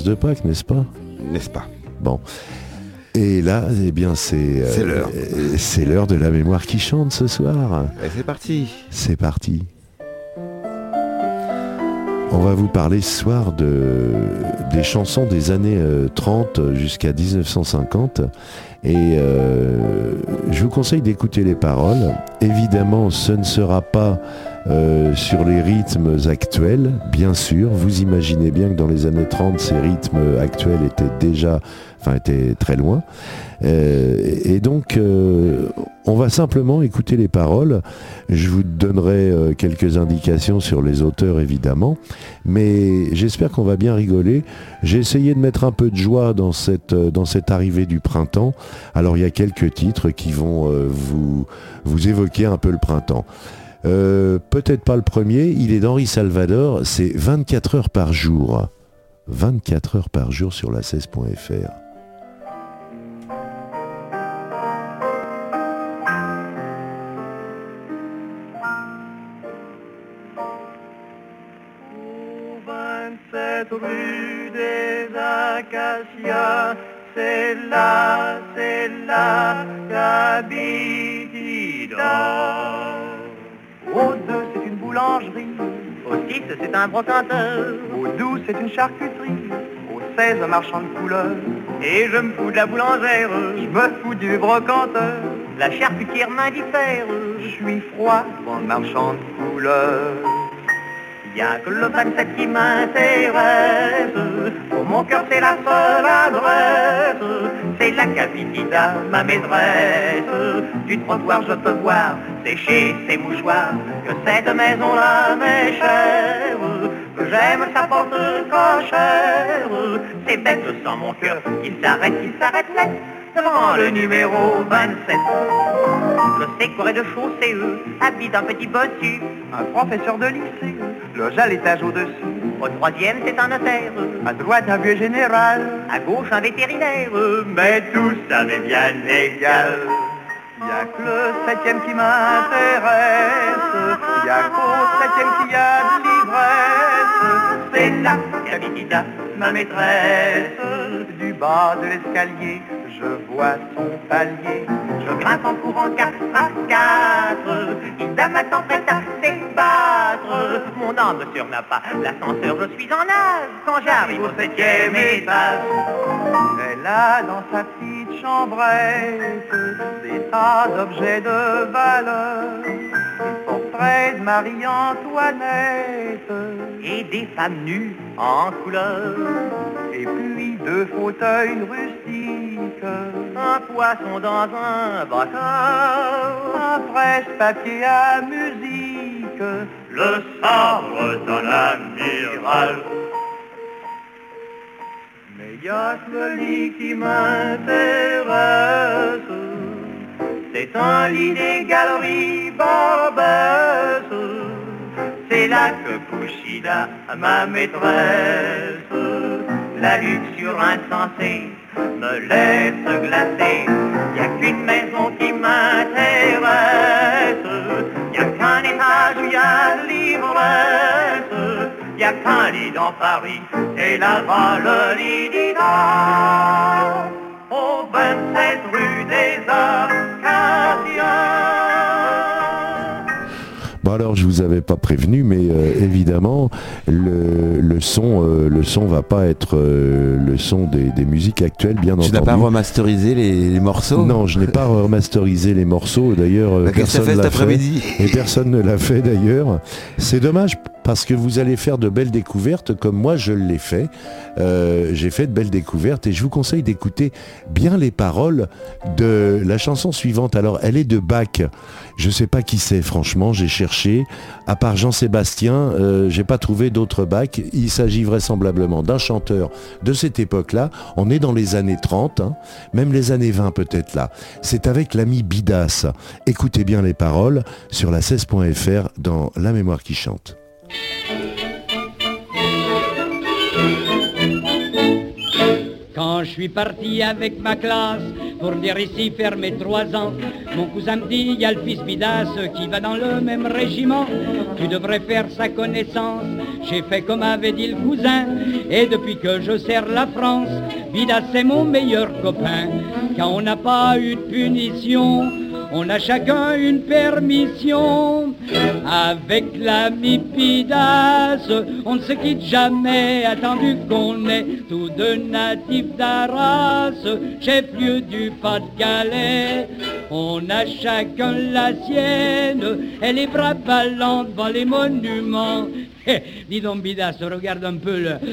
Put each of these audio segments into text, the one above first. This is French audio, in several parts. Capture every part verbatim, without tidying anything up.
de Pâques, n'est-ce pas ? N'est-ce pas ? Bon. Et là, eh bien, c'est... C'est l'heure. Euh, c'est l'heure de la mémoire qui chante ce soir. Et c'est parti. C'est parti. On va vous parler ce soir de, des chansons des années euh, trente jusqu'à dix-neuf cent cinquante. Et euh, je vous conseille d'écouter les paroles. Évidemment, ce ne sera pas euh, sur les rythmes actuels, bien sûr. Vous imaginez bien que dans les années trente, ces rythmes actuels étaient déjà, enfin, étaient très loin. Euh, et donc, euh, on va simplement écouter les paroles. Je vous donnerai euh, quelques indications sur les auteurs, évidemment. Mais j'espère qu'on va bien rigoler. J'ai essayé de mettre un peu de joie dans cette, dans cette arrivée du printemps. Alors, il y a quelques titres qui vont euh, vous, vous évoquer un peu le printemps. Euh, peut-être pas le premier, il est d'Henri Salvador, c'est vingt-quatre heures par jour. vingt-quatre heures par jour sur la seize point f r. Rue des Acacias, c'est là, c'est là qu'habite Ida. Au deux, c'est une boulangerie. Au six, c'est un brocanteur. Au douze, c'est une charcuterie. Au seize, un marchand de couleurs. Et je me fous de la boulangère, je me fous du brocanteur. La charcutière m'indiffère, je suis froid devant le marchand de couleurs. Il n'y a que le vingt-sept qui m'intéresse. Pour mon cœur c'est la seule adresse. C'est la Capitida, ma maîtresse. Du trottoir je peux voir sécher ses mouchoirs. Que cette maison-là m'est chère. Que j'aime sa porte cochère. C'est bête sans mon cœur. Il s'arrête, il s'arrête net devant le numéro vingt-sept. Le sécoré de chaussée habite un petit bossu. Un professeur de lycée loge à l'étage au-dessus. Au troisième, c'est un notaire. À droite, un vieux général. À gauche, un vétérinaire. Mais tout ça m'est bien égal. Il n'y a que le septième qui m'intéresse. Il n'y a qu'au septième qu'il y a de l'ivresse. C'est là qu'habite ma maîtresse. Du bas de l'escalier, je vois son palier. Je grimpe en courant quatre à quatre. Ida m'attend prête à s'ébattre. Mon âme sûre n'a pas l'ascenseur, je suis en âge quand j'arrive au septième étage. Elle a dans sa petite chambrette des tas d'objets de valeur. Des portraits de Marie-Antoinette et des femmes nues en couleur. Et puis deux fauteuils rustiques, un poisson dans un bocal, un presse-papier à musique, le sabre dans l'amiral. Mais y a que le lit qui m'intéresse, c'est un lit des galeries Barbès. C'est là que couche Ida, ma maîtresse. La luxure insensée me laisse glacée. Y a qu'une maison qui m'intéresse. Y a qu'un étage où y a de l'ivresse. Y a qu'un lit dans Paris et là-bas le lit d'Ida. Au vingt-sept rue des Acacias. Bon alors je vous avais pas prévenu, mais euh, évidemment le, le son euh, le son va pas être euh, le son des, des musiques actuelles, bien entendu. Tu n'as pas remasterisé les, les morceaux ? Non, je n'ai pas remasterisé les morceaux. D'ailleurs, bah, personne ne l'a fait et personne ne l'a fait d'ailleurs. C'est dommage parce que vous allez faire de belles découvertes comme moi je l'ai fait. Euh, j'ai fait de belles découvertes et je vous conseille d'écouter bien les paroles de la chanson suivante. Alors, elle est de Bach. Je sais pas qui c'est, franchement, j'ai cherché. À part Jean-Sébastien, euh, j'ai pas trouvé d'autres Bach. Il s'agit vraisemblablement d'un chanteur de cette époque-là. On est dans les années trente, hein, même les années vingt peut-être là. C'est avec l'ami Bidas. Écoutez bien les paroles sur la seize point f r dans La Mémoire qui chante. Quand je suis parti avec ma classe pour venir ici faire mes trois ans, mon cousin me dit, il y a le fils Bidas qui va dans le même régiment, tu devrais faire sa connaissance. j'ai fait comme avait dit le cousin. Et depuis que je sers la France, Vida c'est mon meilleur copain. Quand on n'a pas eu de punition, on a chacun une permission. Avec l'ami Pidas, on ne se quitte jamais, attendu qu'on est tous deux natifs d'Arras, chef-lieu du Pas-de-Calais. On a chacun la sienne, et les bras ballants devant les monuments. Dis donc Bidas, regarde un peu le...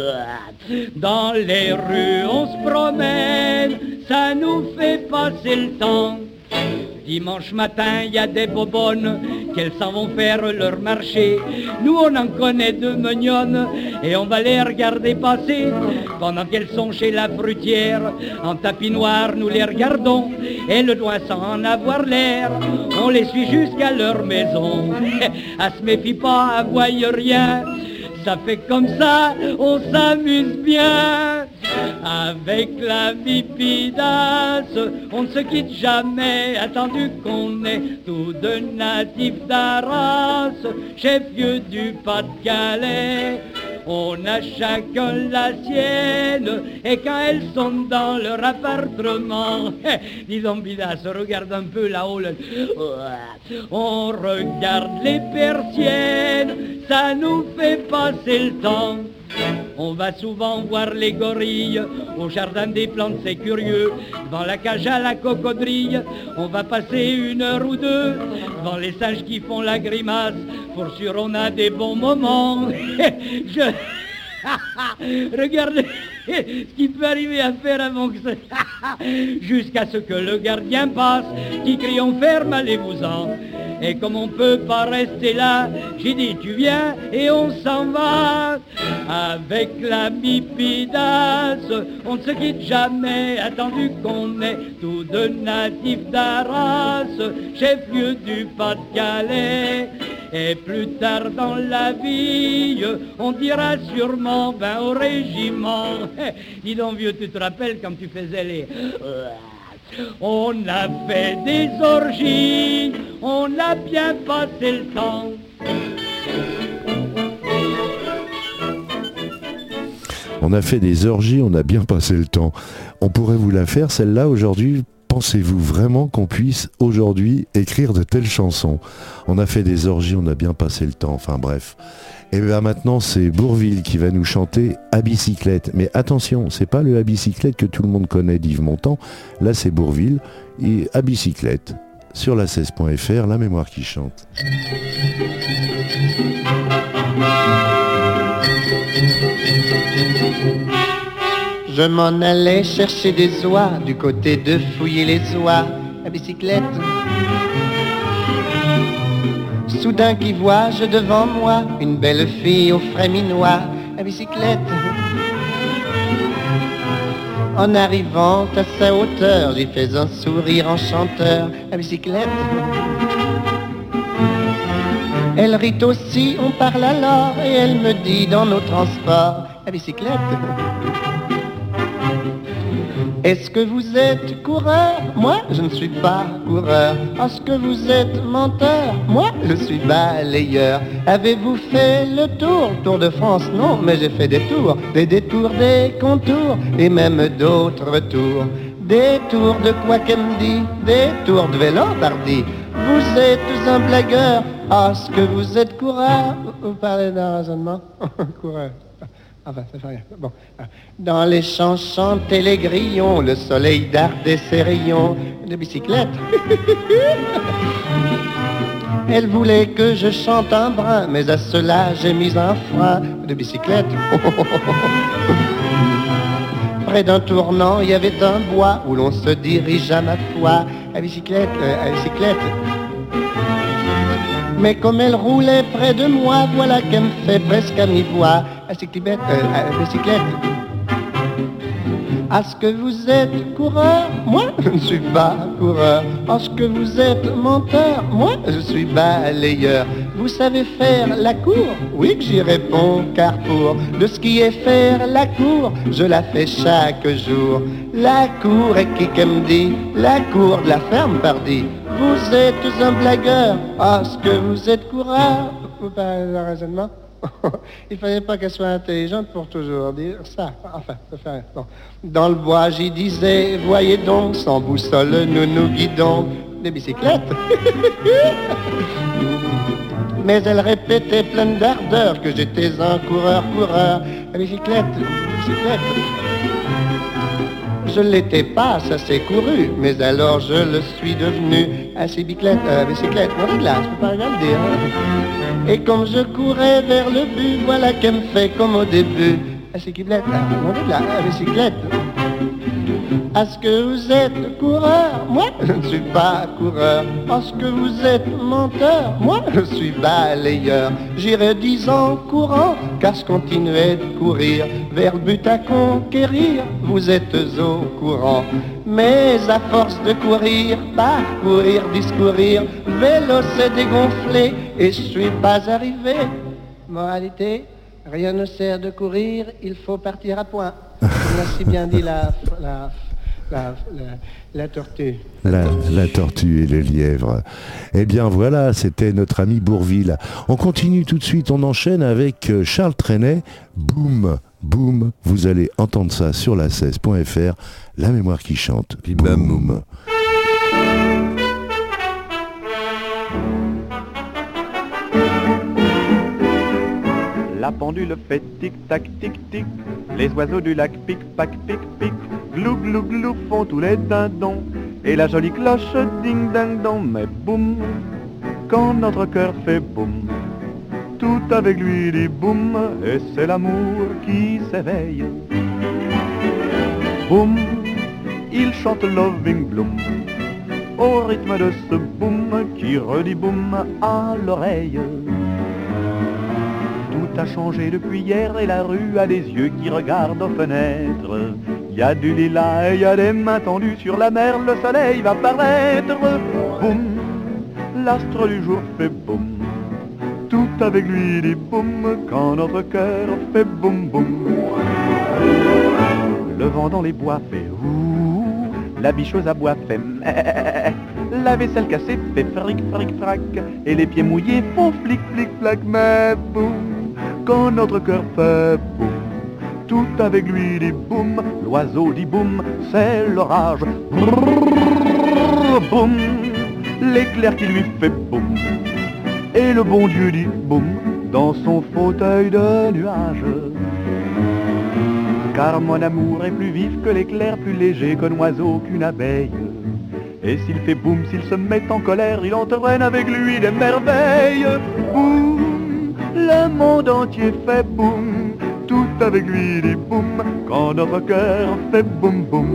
Dans les rues on se promène, ça nous fait passer le temps. Dimanche matin, il y a des bobonnes qu'elles s'en vont faire leur marché. Nous, on en connaît deux mignonnes et on va les regarder passer. Pendant qu'elles sont chez la fruitière, en tapis noir, nous les regardons. Et le doigt sans en avoir l'air, on les suit jusqu'à leur maison. Elle se méfie pas, elle voit rien. Ça fait comme ça, on s'amuse bien. Avec l'ami Pidas, on ne se quitte jamais, attendu qu'on est tous deux natifs d'Arras, chef-lieu du Pas-de-Calais. On a chacun la sienne, et quand elles sont dans leur appartement, dis donc Bidas, regarde un peu là-haut, le... on regarde les persiennes, ça nous fait passer le temps. On va souvent voir les gorilles au jardin des plantes, c'est curieux. Devant la cage à la cocodrille, on va passer une heure ou deux. Devant les singes qui font la grimace, pour sûr on a des bons moments. Je... Regardez ce qui peut arriver à faire avant que ça... Jusqu'à ce que le gardien passe, qui crie on ferme, allez-vous-en. Et comme on peut pas rester là, j'ai dit tu viens et on s'en va. Avec l'ami Pidas, on ne se quitte jamais, attendu qu'on est tous deux natifs d'Arras, chef-lieu du Pas-de-Calais. Et plus tard dans la vie, on dira sûrement ben au régiment. Dis donc vieux, tu te rappelles quand tu faisais les... On a fait des orgies, on a bien passé le temps. On a fait des orgies, on a bien passé le temps. On pourrait vous la faire, celle-là, aujourd'hui. Pensez-vous vraiment qu'on puisse, aujourd'hui, écrire de telles chansons ? On a fait des orgies, on a bien passé le temps. Enfin bref. Et bien maintenant, c'est Bourvil qui va nous chanter À bicyclette. Mais attention, c'est pas le À bicyclette que tout le monde connaît d'Yves Montand. Là, c'est Bourvil et À bicyclette. Sur la seize point F R, la mémoire qui chante. Je m'en allais chercher des oies du côté de fouiller les oies à bicyclette. Soudain qui vois-je devant moi une belle fille au frais minois à bicyclette. En arrivant à sa hauteur, j'y fais un sourire enchanteur à bicyclette. Elle rit aussi, on parle alors, et elle me dit dans nos transports à bicyclette. Est-ce que vous êtes coureur? Moi, je ne suis pas coureur. Est-ce que vous êtes menteur? Moi, je suis balayeur. Avez-vous fait le tour, Tour de France? Non, mais j'ai fait des tours, des détours, des contours, et même d'autres tours. Des tours de quoi qu'elle me dit, des tours de vélo pardi. Vous êtes un blagueur. Est-ce que vous êtes coureur? Vous parlez d'un raisonnement? Coureur. Enfin, ça fait rien. Bon. Dans les champs chantaient les grillons, le soleil dardait ses rayons de bicyclette. Elle voulait que je chante un brin, mais à cela j'ai mis un frein de bicyclette. Près d'un tournant, il y avait un bois où l'on se dirige à ma foi à bicyclette, euh, à bicyclette. Mais comme elle roulait près de moi, voilà qu'elle me fait presque à mi-voix à bicyclette, euh, à bicyclette. Est-ce que vous êtes coureur? Moi, je ne suis pas coureur. Est-ce que vous êtes menteur? Moi, je suis balayeur. Vous savez faire la cour? Oui que j'y réponds, car pour de skier faire la cour, je la fais chaque jour. La cour est qui qu'elle me dit? La cour de la ferme, pardi. Vous êtes un blagueur. Est-ce que vous êtes coureur? Vous parlez d'un raisonnement? Il fallait pas qu'elle soit intelligente pour toujours dire ça. Enfin, ça fait rien. Bon. Dans le bois, j'y disais, voyez donc, sans boussole, nous nous guidons. Des bicyclettes. Mais elle répétait pleine d'ardeur que j'étais un coureur, coureur. La bicyclette, bicyclette. Je l'étais pas, ça s'est couru, mais alors je le suis devenu. Ah, c'est bicyclette, euh, bicyclette, non, de là, je peux pas rien le dire. Hein. Et comme je courais vers le but, voilà qu'elle me fait comme au début. Ah, c'est bicyclette, ah, non, de là, ah, bicyclette. Est-ce que vous êtes coureur? Moi, je ne suis pas coureur. Est-ce que vous êtes menteur? Moi, je suis balayeur. J'irai dix ans courant, car je continuais de courir vers le but à conquérir. Vous êtes au courant. Mais à force de courir, parcourir, discourir, vélo s'est dégonflé et je suis pas arrivé. Moralité, rien ne sert de courir, il faut partir à point. Comme l'a si bien dit la... la La, la, la tortue. La, la tortue et le lièvre. Eh bien voilà, c'était notre ami Bourvil. On continue tout de suite, on enchaîne avec Charles Trenet. Boum, boum, vous allez entendre ça sur la seize point f r, la mémoire qui chante. Puis bam, boum. La pendule fait tic-tac, tic-tic. Les oiseaux du lac pic-pac, pic-pic. Glou, glou, glou font tous les dindons. Et la jolie cloche ding-ding-dong. Mais boum, quand notre cœur fait boum, tout avec lui dit boum. Et c'est l'amour qui s'éveille. Boum, il chante Loving Bloom au rythme de ce boum qui redit boum à l'oreille. Tout a changé depuis hier et la rue a des yeux qui regardent aux fenêtres. Il y a du lilas et il y a des mains tendues sur la mer, le soleil va paraître. Boum, l'astre du jour fait boum, tout avec lui dit boum, quand notre cœur fait boum boum. Le vent dans les bois fait ouh, la bicheuse à bois fait meh, la vaisselle cassée fait fric fric frac, et les pieds mouillés font flic flic flac, mais boum, quand notre cœur fait boum, tout avec lui dit boum, l'oiseau dit boum, c'est l'orage. Brrr, boum, l'éclair qui lui fait boum, et le bon Dieu dit boum, dans son fauteuil de nuage. Car mon amour est plus vif que l'éclair, plus léger qu'un oiseau, qu'une abeille. Et s'il fait boum, s'il se met en colère, il entraîne avec lui des merveilles. Boum, le monde entier fait boum, tout avec lui dit boum, quand notre cœur fait boum boum.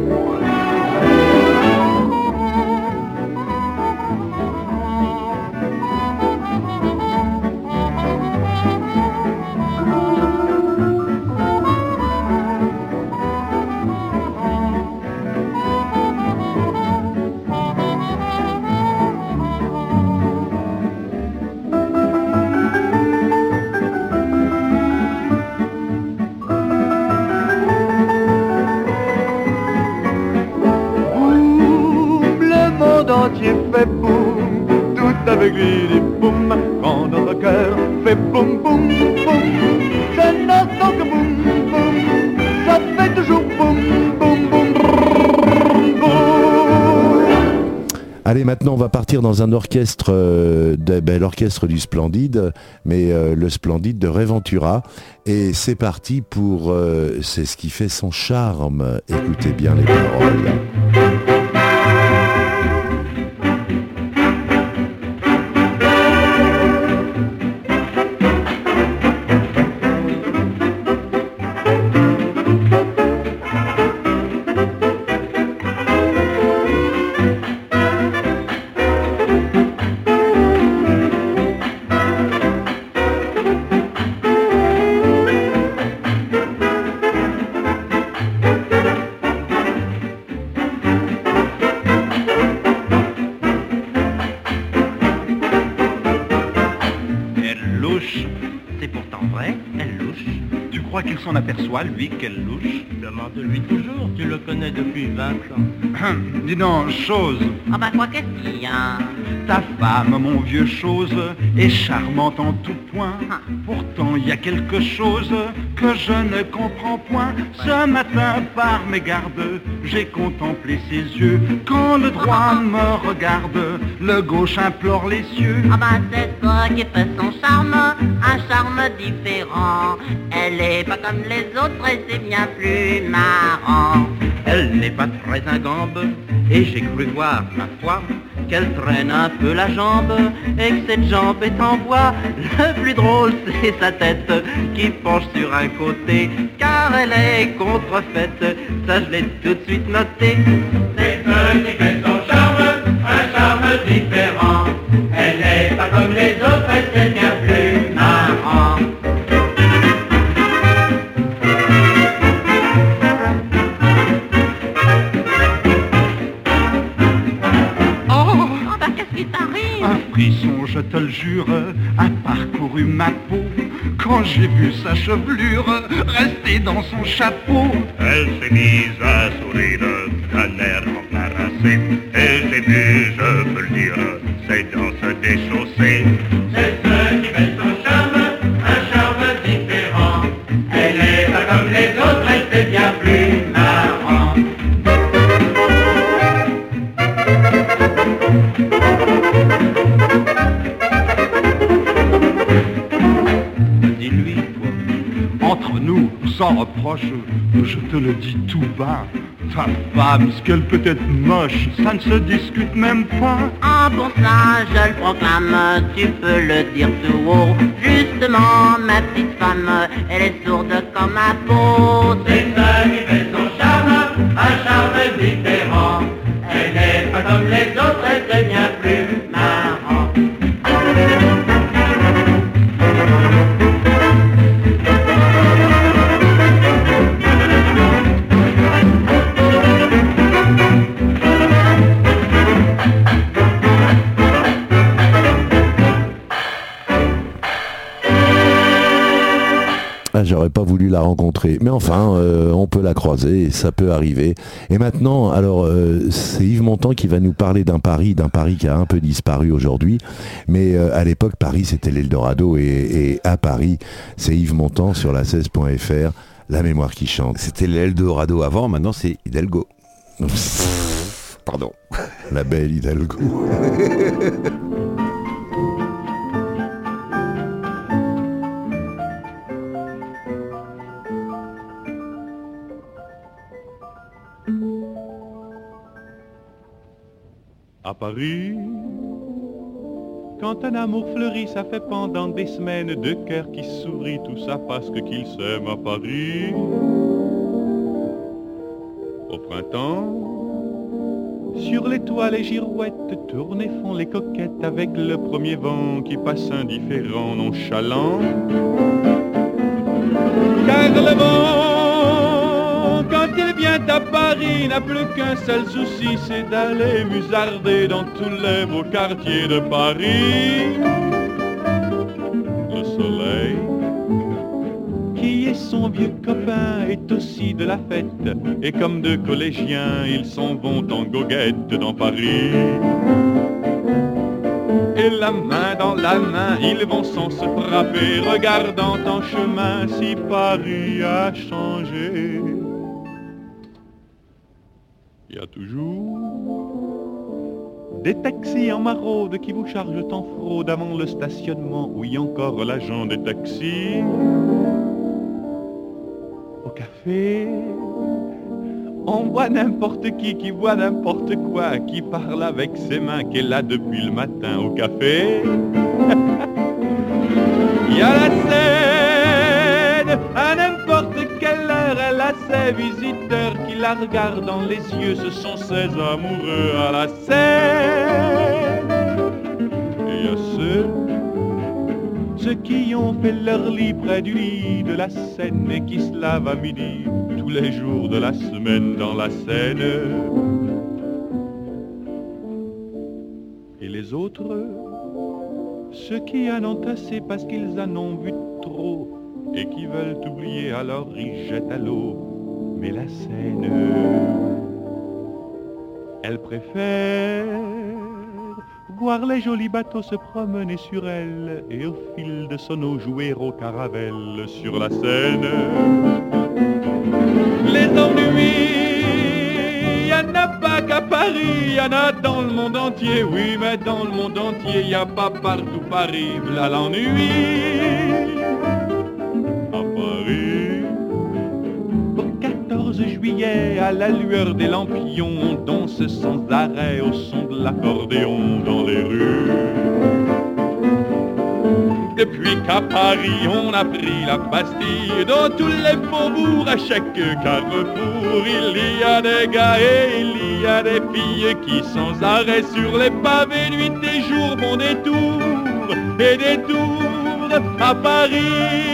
Fait boum, tout avec lui dit boum, quand notre cœur fait boum boum boum, ça n'entend que boum boum, ça fait toujours boum boum boum boum. Allez, maintenant on va partir dans un orchestre, euh, de, ben, l'orchestre du Splendide, mais euh, le Splendide de Ray Ventura. Et c'est parti pour, euh, c'est ce qui fait son charme. Écoutez bien les paroles. s'en aperçoit, lui, quelle louche. Demande-lui toujours, tu le connais depuis vingt ans. Dis donc, chose. Ah bah quoi, qu'est-ce qu'il y a? Ta femme, mon vieux chose, est charmante en tout point. Ah. Pourtant, il y a quelque chose que je ne comprends point. Ce matin, par mégarde, j'ai contemplé ses yeux. Quand le droit me regarde, le gauche implore les cieux. Ah bah c'est ça qui fait son charme, un charme différent. Elle est pas comme les autres et c'est bien plus marrant. Elle n'est pas très ingambe, et j'ai cru voir, ma foi, qu'elle traîne un peu la jambe, et que cette jambe est en bois. Le plus drôle, c'est sa tête, qui penche sur un côté, car elle est contrefaite, ça je l'ai tout de suite noté. C'est ce qui fait son charme, un charme différent. Elle n'est pas comme les autres, et c'est bien plus marrant. Un frisson, je te le jure, a parcouru ma peau quand j'ai vu sa chevelure rester dans son chapeau. Elle s'est mise à sourire d'un air embarrassé, et j'ai vu, je peux le dire, ses dents se déchausser. C'est ce qui fait son charme, un charme différent. Elle n'est pas comme les autres, et c'est bien plus marrant. Dis-lui, toi, entre nous, sans reproche, je te le dis tout bas. Ta femme, ce qu'elle peut être moche, ça ne se discute même pas. Ah pour ça je le proclame, tu peux le dire tout haut. Justement ma petite femme, elle est sourde comme un pot. C'est ça qui fait son charme, un charme différent. Elle n'est pas comme les autres, et c'est bien plus marrant. Ah, j'aurais pas voulu la rencontrer, mais enfin, euh, on peut la croiser, et ça peut arriver. Et maintenant, alors, euh, c'est Yves Montand qui va nous parler d'un Paris, d'un Paris qui a un peu disparu aujourd'hui, mais euh, à l'époque, Paris, c'était l'Eldorado, et, et à Paris, c'est Yves Montand sur la seize point F R, La mémoire qui chante. C'était l'Eldorado avant, maintenant c'est Hidalgo. Pardon. La belle Hidalgo. À Paris, quand un amour fleurit, ça fait pendant des semaines deux cœurs qui sourient, tout ça parce que qu'ils s'aiment à Paris. Au printemps, sur les toits les girouettes tournent et font les coquettes avec le premier vent qui passe indifférent, nonchalant. Car le vent, quand il vient à Paris, n'a plus qu'un seul souci, c'est d'aller musarder dans tous les beaux quartiers de Paris. Le soleil, qui est son vieux copain, est aussi de la fête, et comme deux collégiens, ils s'en vont en goguette dans Paris. Et la main dans la main, ils vont sans se frapper, regardant en chemin si Paris a changé. Il y a toujours des taxis en maraude qui vous chargent en fraude avant le stationnement. Oui, encore l'agent des taxis. Au café, on voit n'importe qui qui voit n'importe quoi, qui parle avec ses mains, qui est là depuis le matin au café. Il y a la scène, à n'importe quelle heure, elle a ses visiteurs qui la regardent dans les yeux, ce sont ses amoureux à la scène. Et il y a ceux, ceux qui ont fait leur lit près du lit de la Seine et qui se lavent à midi tous les jours de la semaine dans la Seine. Et les autres, ceux qui en ont assez parce qu'ils en ont vu trop, et qui veulent t'oublier, alors ils jettent à l'eau. Mais la Seine, elle préfère voir les jolis bateaux se promener sur elle et au fil de son eau jouer au caravelle sur la Seine. Les ennuis, y en a pas qu'à Paris, y en a dans le monde entier, oui, mais dans le monde entier, y a pas partout Paris, là l'ennui. À Paris, au quatorze juillet, à la lueur des lampions, on danse sans arrêt au son de l'accordéon dans les rues. Depuis qu'à Paris on a pris la Bastille, dans tous les faubourgs, à chaque carrefour, il y a des gars et il y a des filles qui sans arrêt sur les pavés, nuit et jour, font des tours et des tours à Paris.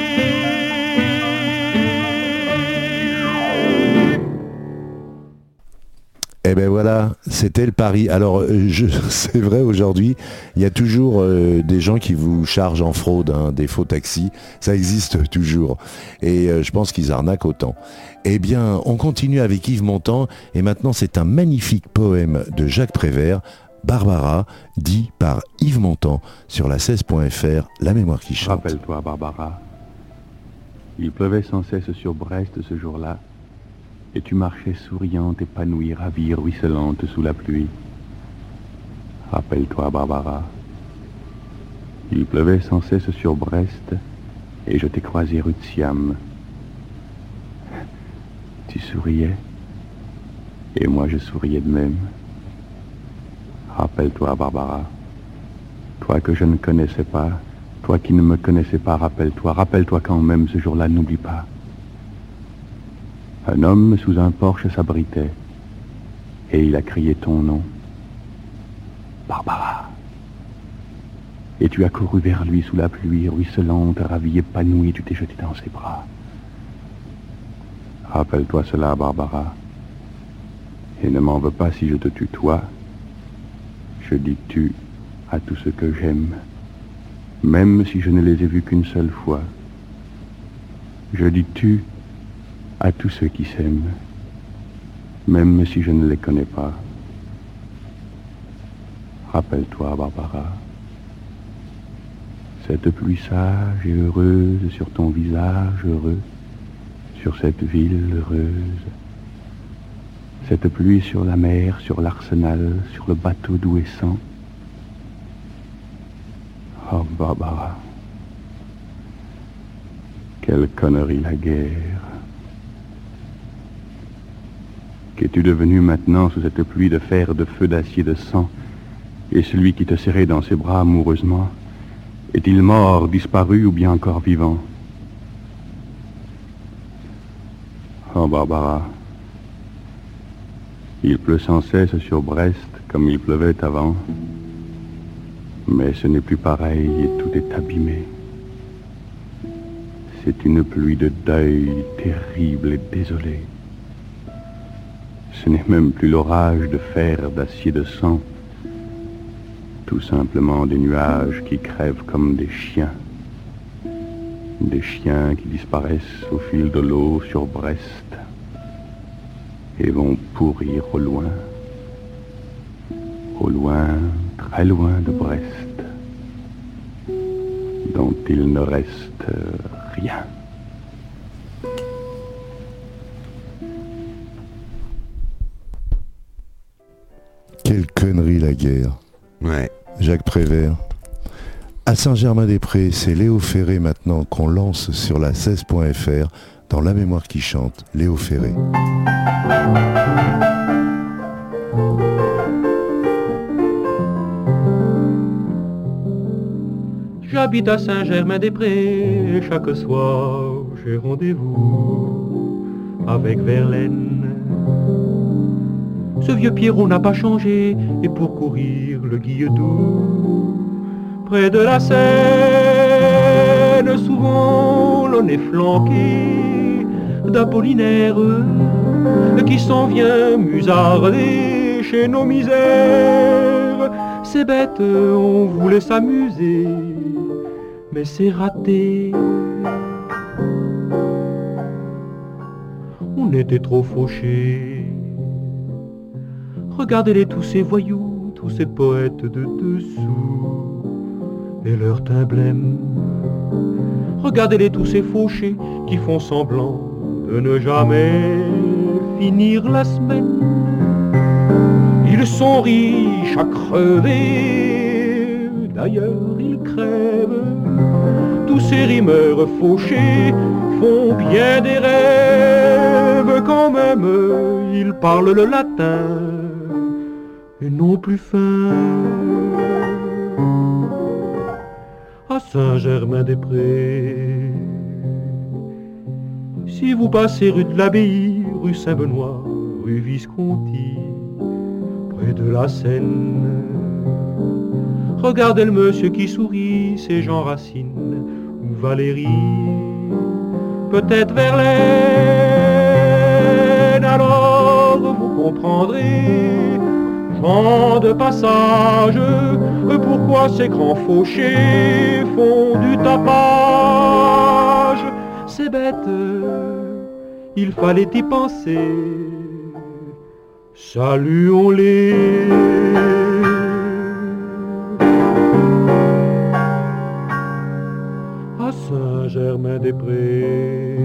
Eh ben voilà, c'était le pari. Alors, je, c'est vrai, aujourd'hui, il y a toujours euh, des gens qui vous chargent en fraude, hein, des faux taxis. Ça existe toujours. Et euh, je pense qu'ils arnaquent autant. Eh bien, on continue avec Yves Montand. Et maintenant, c'est un magnifique poème de Jacques Prévert, Barbara, dit par Yves Montand, sur la seize point F R, La mémoire qui chante. Rappelle-toi, Barbara, il pleuvait sans cesse sur Brest ce jour-là. Et tu marchais souriante, épanouie, ravie, ruisselante sous la pluie. Rappelle-toi, Barbara, il pleuvait sans cesse sur Brest, et je t'ai croisé rue de Siam. Tu souriais, et moi je souriais de même. Rappelle-toi, Barbara, toi que je ne connaissais pas, toi qui ne me connaissais pas, rappelle-toi, rappelle-toi quand même ce jour-là, n'oublie pas. Un homme sous un porche s'abritait, et il a crié ton nom. Barbara. Et tu as couru vers lui sous la pluie, ruisselante, ravie, épanouie, tu t'es jeté dans ses bras. Rappelle-toi cela, Barbara, et ne m'en veux pas si je te tutoie. Je dis tu à tout ce que j'aime, même si je ne les ai vus qu'une seule fois. Je dis tu à tous ceux qui s'aiment, même si je ne les connais pas. Rappelle-toi, Barbara, cette pluie sage et heureuse sur ton visage heureux, sur cette ville heureuse, cette pluie sur la mer, sur l'arsenal, sur le bateau d'Ouessant. Oh, Barbara, quelle connerie la guerre. Qu'es-tu devenu maintenant sous cette pluie de fer, de feu, d'acier, de sang? Et celui qui te serrait dans ses bras amoureusement, est-il mort, disparu ou bien encore vivant? Oh, Barbara, il pleut sans cesse sur Brest comme il pleuvait avant, mais ce n'est plus pareil et tout est abîmé. C'est une pluie de deuil terrible et désolée. Ce n'est même plus l'orage de fer, d'acier, de sang. Tout simplement des nuages qui crèvent comme des chiens. Des chiens qui disparaissent au fil de l'eau sur Brest et vont pourrir au loin. Au loin, très loin de Brest, dont il ne reste rien. Quelle connerie la guerre. Ouais. Jacques Prévert. À Saint-Germain-des-Prés, c'est Léo Ferré maintenant qu'on lance sur la seize point F R dans La mémoire qui chante. Léo Ferré. J'habite à Saint-Germain-des-Prés et chaque soir j'ai rendez-vous avec Verlaine. Ce vieux Pierrot n'a pas changé, et pour courir le Guilledou, près de la Seine, souvent l'on est flanqué d'Apollinaire, qui s'en vient musarder chez nos misères. C'est bête, on voulait s'amuser, mais c'est raté. on était trop fauchés. Regardez-les tous ces voyous, tous ces poètes de dessous, et leur teint blême. Regardez-les tous ces fauchés qui font semblant de ne jamais finir la semaine. Ils sont riches à crever, d'ailleurs ils crèvent. Tous ces rimeurs fauchés font bien des rêves. Quand même ils parlent le latin et n'ont plus faim. À Saint-Germain-des-Prés, si vous passez rue de l'Abbaye, rue Saint-Benoît, rue Visconti, près de la Seine, regardez le monsieur qui sourit, c'est Jean Racine ou Valérie, peut-être Verlaine. Alors vous comprendrez, gens de passage, pourquoi ces grands fauchés font du tapage. C'est bête, il fallait y penser. Saluons-les. À Saint-Germain-des-Prés.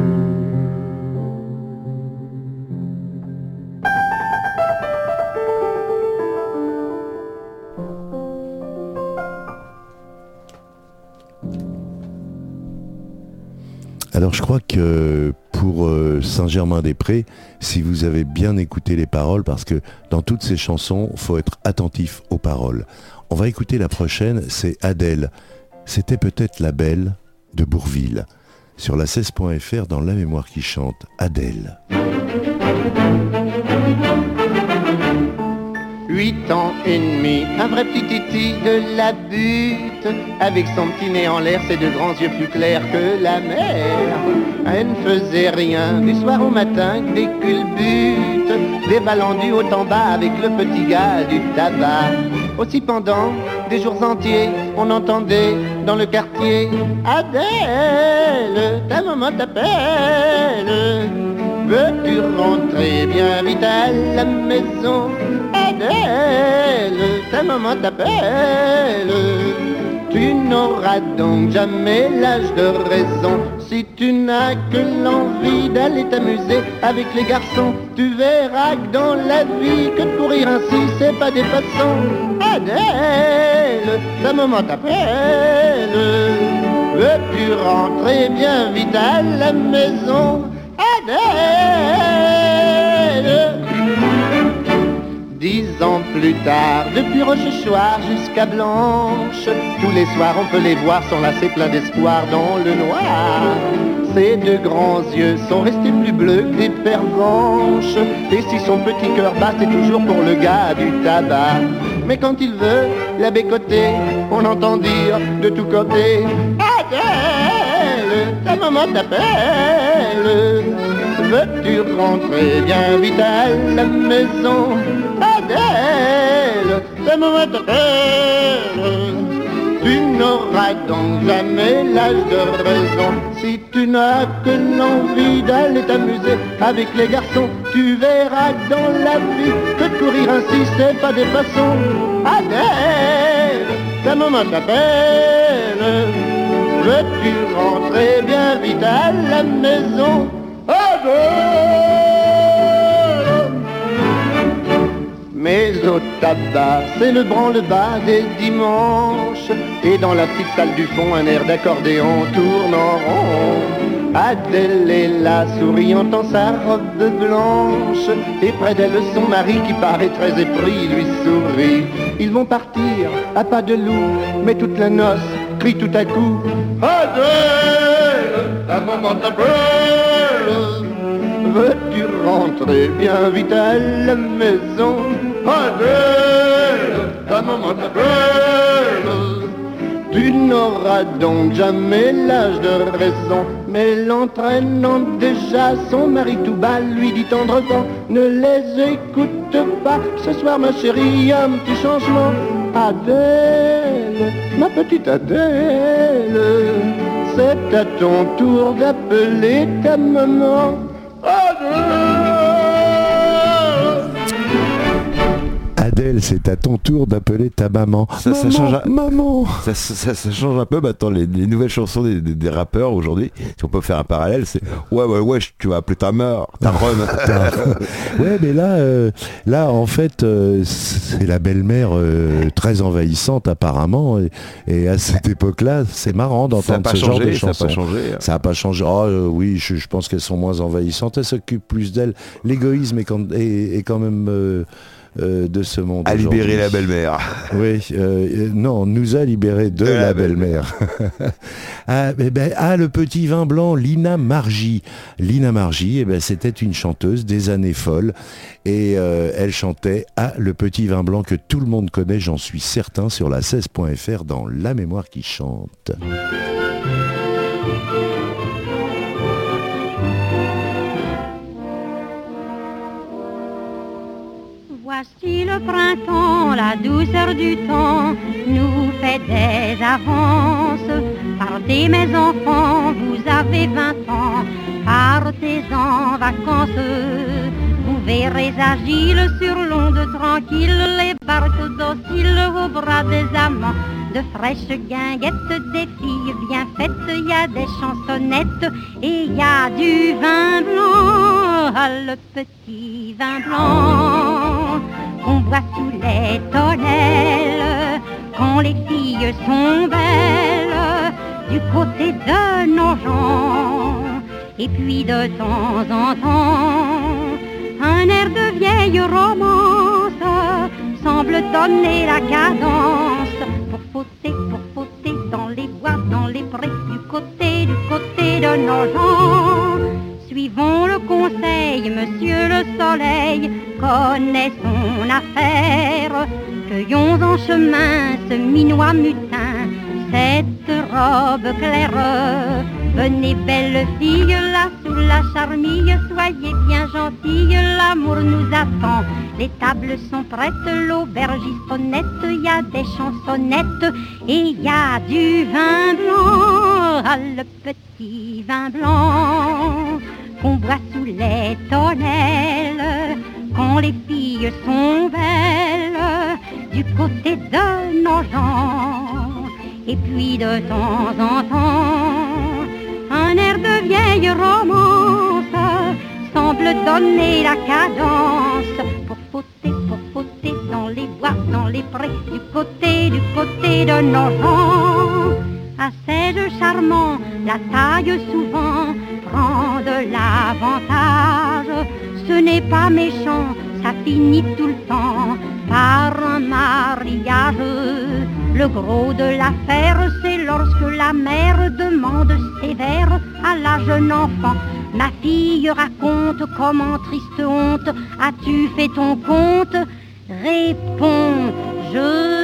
Alors je crois que pour euh, Saint-Germain-des-Prés, si vous avez bien écouté les paroles, parce que dans toutes ces chansons, il faut être attentif aux paroles. On va écouter la prochaine, c'est Adèle. C'était peut-être la belle de Bourville. Sur la seize point f r, dans La Mémoire qui chante, Adèle. Huit ans et demi, un vrai petit titi de la butte, avec son petit nez en l'air, ses deux grands yeux plus clairs que la mer. Elle ne faisait rien, du soir au matin, des culbutes, dévalant du haut en bas avec le petit gars du tabac. Aussi pendant des jours entiers, on entendait dans le quartier Adèle, ta maman t'appelle. Veux-tu rentrer bien vite à la maison? Adèle, ta maman t'appelle. Tu n'auras donc jamais l'âge de raison si tu n'as que l'envie d'aller t'amuser avec les garçons. Tu verras que dans la vie, que de courir ainsi, c'est pas des façons. Adèle, ta maman t'appelle. Veux-tu rentrer bien vite à la maison? Adèle. Dix ans plus tard, depuis Rochechouart jusqu'à Blanche, tous les soirs on peut les voir s'enlacer plein d'espoir dans le noir. Ses deux grands yeux sont restés plus bleus que des pervenches, et si son petit cœur bat, c'est toujours pour le gars du tabac. Mais quand il veut la bécoter, on entend dire de tous côtés Adèle, ta maman t'appelle. Veux-tu rentrer bien vite à la maison? Adèle, ta maman t'appelle. Tu n'auras donc jamais l'âge de raison si tu n'as que l'envie d'aller t'amuser avec les garçons. Tu verras que dans la vie, que de courir ainsi, c'est pas des façons. Adèle, ta maman t'appelle. Veux-tu rentrer bien vite à la maison? Mais au tabac, c'est le branle-bas des dimanches, et dans la petite salle du fond, un air d'accordéon tourne en rond. Adèle est là, souriante en sa robe blanche, et près d'elle son mari qui paraît très épris lui sourit. Ils vont partir à pas de loup, mais toute la noce crie tout à coup Adèle, ta maman t'appelle. Veux-tu rentrer bien vite à la maison? Adèle, ta maman t'appelle. Tu n'auras donc jamais l'âge de raison, mais l'entraînant déjà, son mari tout bas lui dit tendrement ne les écoute pas, ce soir ma chérie, y a un petit changement. Adèle, ma petite Adèle, c'est à ton tour d'appeler ta maman. Adèle, c'est à ton tour d'appeler ta maman. Ça, maman, ça change un... maman. Ça, ça, ça change un peu maintenant les, les nouvelles chansons des, des, des rappeurs aujourd'hui. Si on peut faire un parallèle, c'est ouais ouais ouais, tu vas appeler ta mère, ta rhum. Ouais, mais là, euh, là en fait, euh, c'est la belle-mère euh, très envahissante apparemment, et, et à cette époque-là, c'est marrant d'entendre ce changé, genre de chansons. Ça n'a pas changé. Ça n'a pas changé. Oh, euh, oui, je, je pense qu'elles sont moins envahissantes. Elles s'occupent plus d'elles. L'égoïsme est quand, est, est quand même euh, euh, de ce monde. À libérer la belle-mère. Oui, euh, non, nous a libéré de, de la, la belle-mère. Belle ah, eh ben, ah, le petit vin blanc, Lina Margie. Lina Margie, eh ben, c'était une chanteuse des années folles. Et euh, elle chantait Ah, le petit vin blanc que tout le monde connaît, j'en suis certain, sur la seize point F R dans La Mémoire qui chante. Voici le printemps, la douceur du temps nous fait des avances. Partez mes enfants, vous avez vingt ans, partez en vacances. Vous verrez agiles sur l'onde tranquille, les barques dociles au bras des amants. De fraîches guinguettes, des filles bien faites, y a des chansonnettes et y a du vin blanc. Ah, le petit vin blanc qu'on boit sous les tonnelles quand les filles sont belles du côté de nos gens. Et puis de temps en temps, un air de vieille romance semble donner la cadence pour fauter, pour fauter dans les bois, dans les prés, du côté, du côté de nos gens. Suivons le conseil, monsieur le soleil connaît son affaire. Cueillons en chemin ce minois mutin, cette robe claire. Venez belle fille, là sous la charmille, soyez bien gentille, l'amour nous attend. Les tables sont prêtes, l'aubergiste honnête, y a des chansonnettes et y a du vin blanc. Ah, le petit vin blanc qu'on boit sous les tonnelles quand les filles sont belles du côté de nos gens. Et puis de temps en temps, un air de vieille romance semble donner la cadence pour fauter, pour fauter dans les bois, dans les prés, du côté, du côté de nos gens. Assez charmant, la taille souvent prend de l'avantage. Ce n'est pas méchant, ça finit tout le temps par un mariage. Le gros de l'affaire, c'est lorsque la mère demande sévère à la jeune enfant: ma fille, raconte comment, triste honte, as-tu fait ton compte? Réponds, je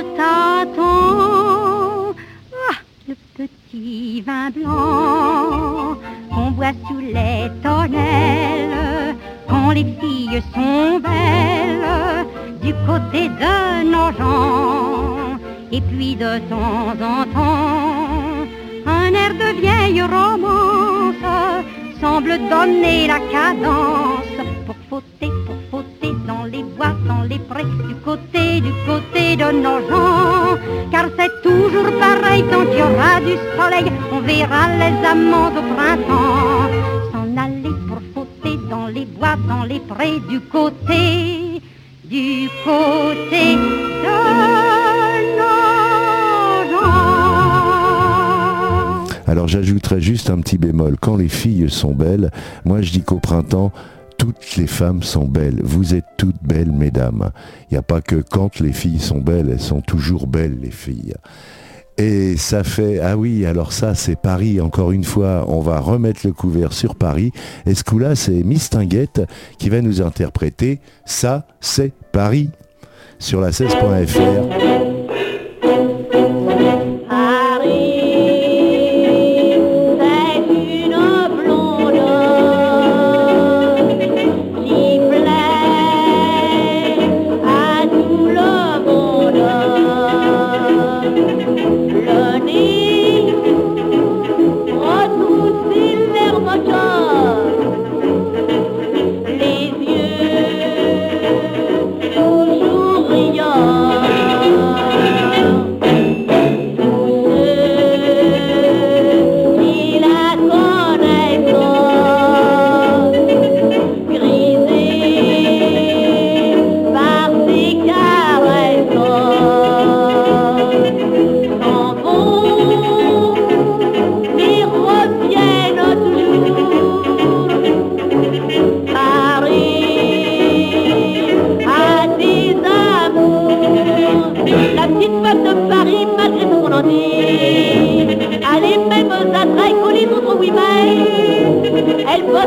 t'attends. Ah, le petit vin blanc qu'on boit sous les tonnelles quand les filles sont belles du côté de nos gens. Et puis de temps en temps, un air de vieille romance semble donner la cadence pour fauter, pour fauter dans les bois, dans les prés, du côté, du côté de nos gens. Car c'est toujours pareil, quand il y aura du soleil, on verra les amants au printemps s'en aller pour fauter dans les bois, dans les prés, du côté, du côté de... Alors j'ajouterais juste un petit bémol. Quand les filles sont belles, moi je dis qu'au printemps, toutes les femmes sont belles. Vous êtes toutes belles, mesdames. Il n'y a pas que quand les filles sont belles, elles sont toujours belles, les filles. Et ça fait... Ah oui, alors ça, c'est Paris. Encore une fois, on va remettre le couvert sur Paris. Et ce coup-là, c'est Miss Tinguette qui va nous interpréter « Ça, c'est Paris » sur la seize point F R.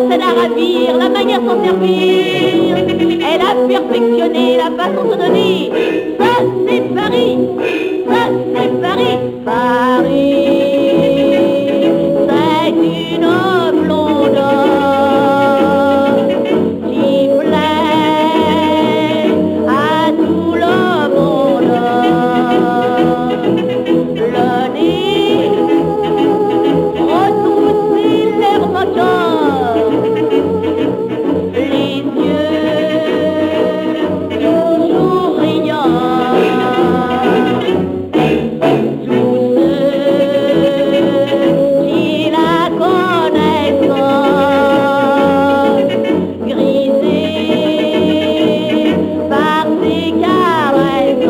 c'est la ravir, la manière de s'en servir. Elle a perfectionné la façon de donner. Ça, c'est Paris. Ça, c'est Paris. Paris, c'est une blonde qui plaît à tout le monde. Le nez retroussé, l'air moteur, les yeux toujours riants. Tous ceux qui la connaissent, grisés par ses caresses,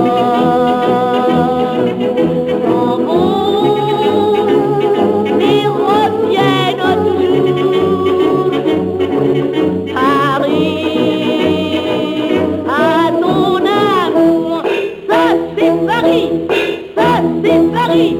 s'en vont et reviennent toujours. Paris, à ton amour, ça c'est Paris, ça c'est Paris.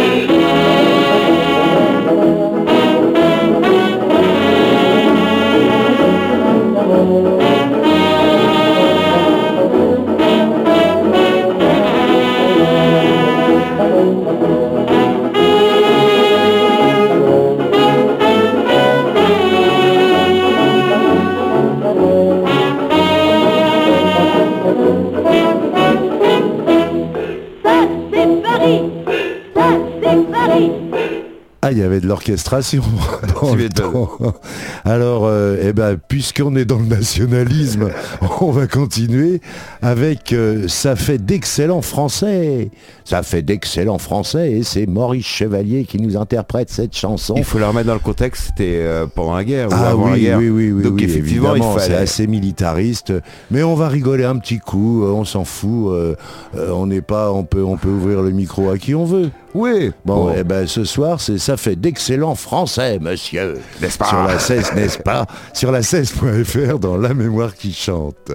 Ça c'est Paris, ça c'est Paris. Ah, il y avait de l'orchestration dans Tu le m'étonnes. temps. Alors, euh, eh ben, puisqu'on est dans le nationalisme, on va continuer avec euh, ça fait d'excellents Français. Ça fait d'excellents Français et c'est Maurice Chevalier qui nous interprète cette chanson. Il faut la remettre dans le contexte, c'était euh, pendant la guerre ou Ah avant la oui, guerre. oui, oui, oui, Donc oui, effectivement, il évidemment, c'est fallait... assez militariste, mais on va rigoler un petit coup, euh, on s'en fout, euh, euh, on n'est pas, on peut, on peut ouvrir le micro à qui on veut. Oui. Bon, Bon. eh ben ce soir, c'est ça fait d'excellents Français, monsieur. N'est-ce pas? Sur la seize, n'est-ce pas? Sur la seize point F R dans La Mémoire qui chante.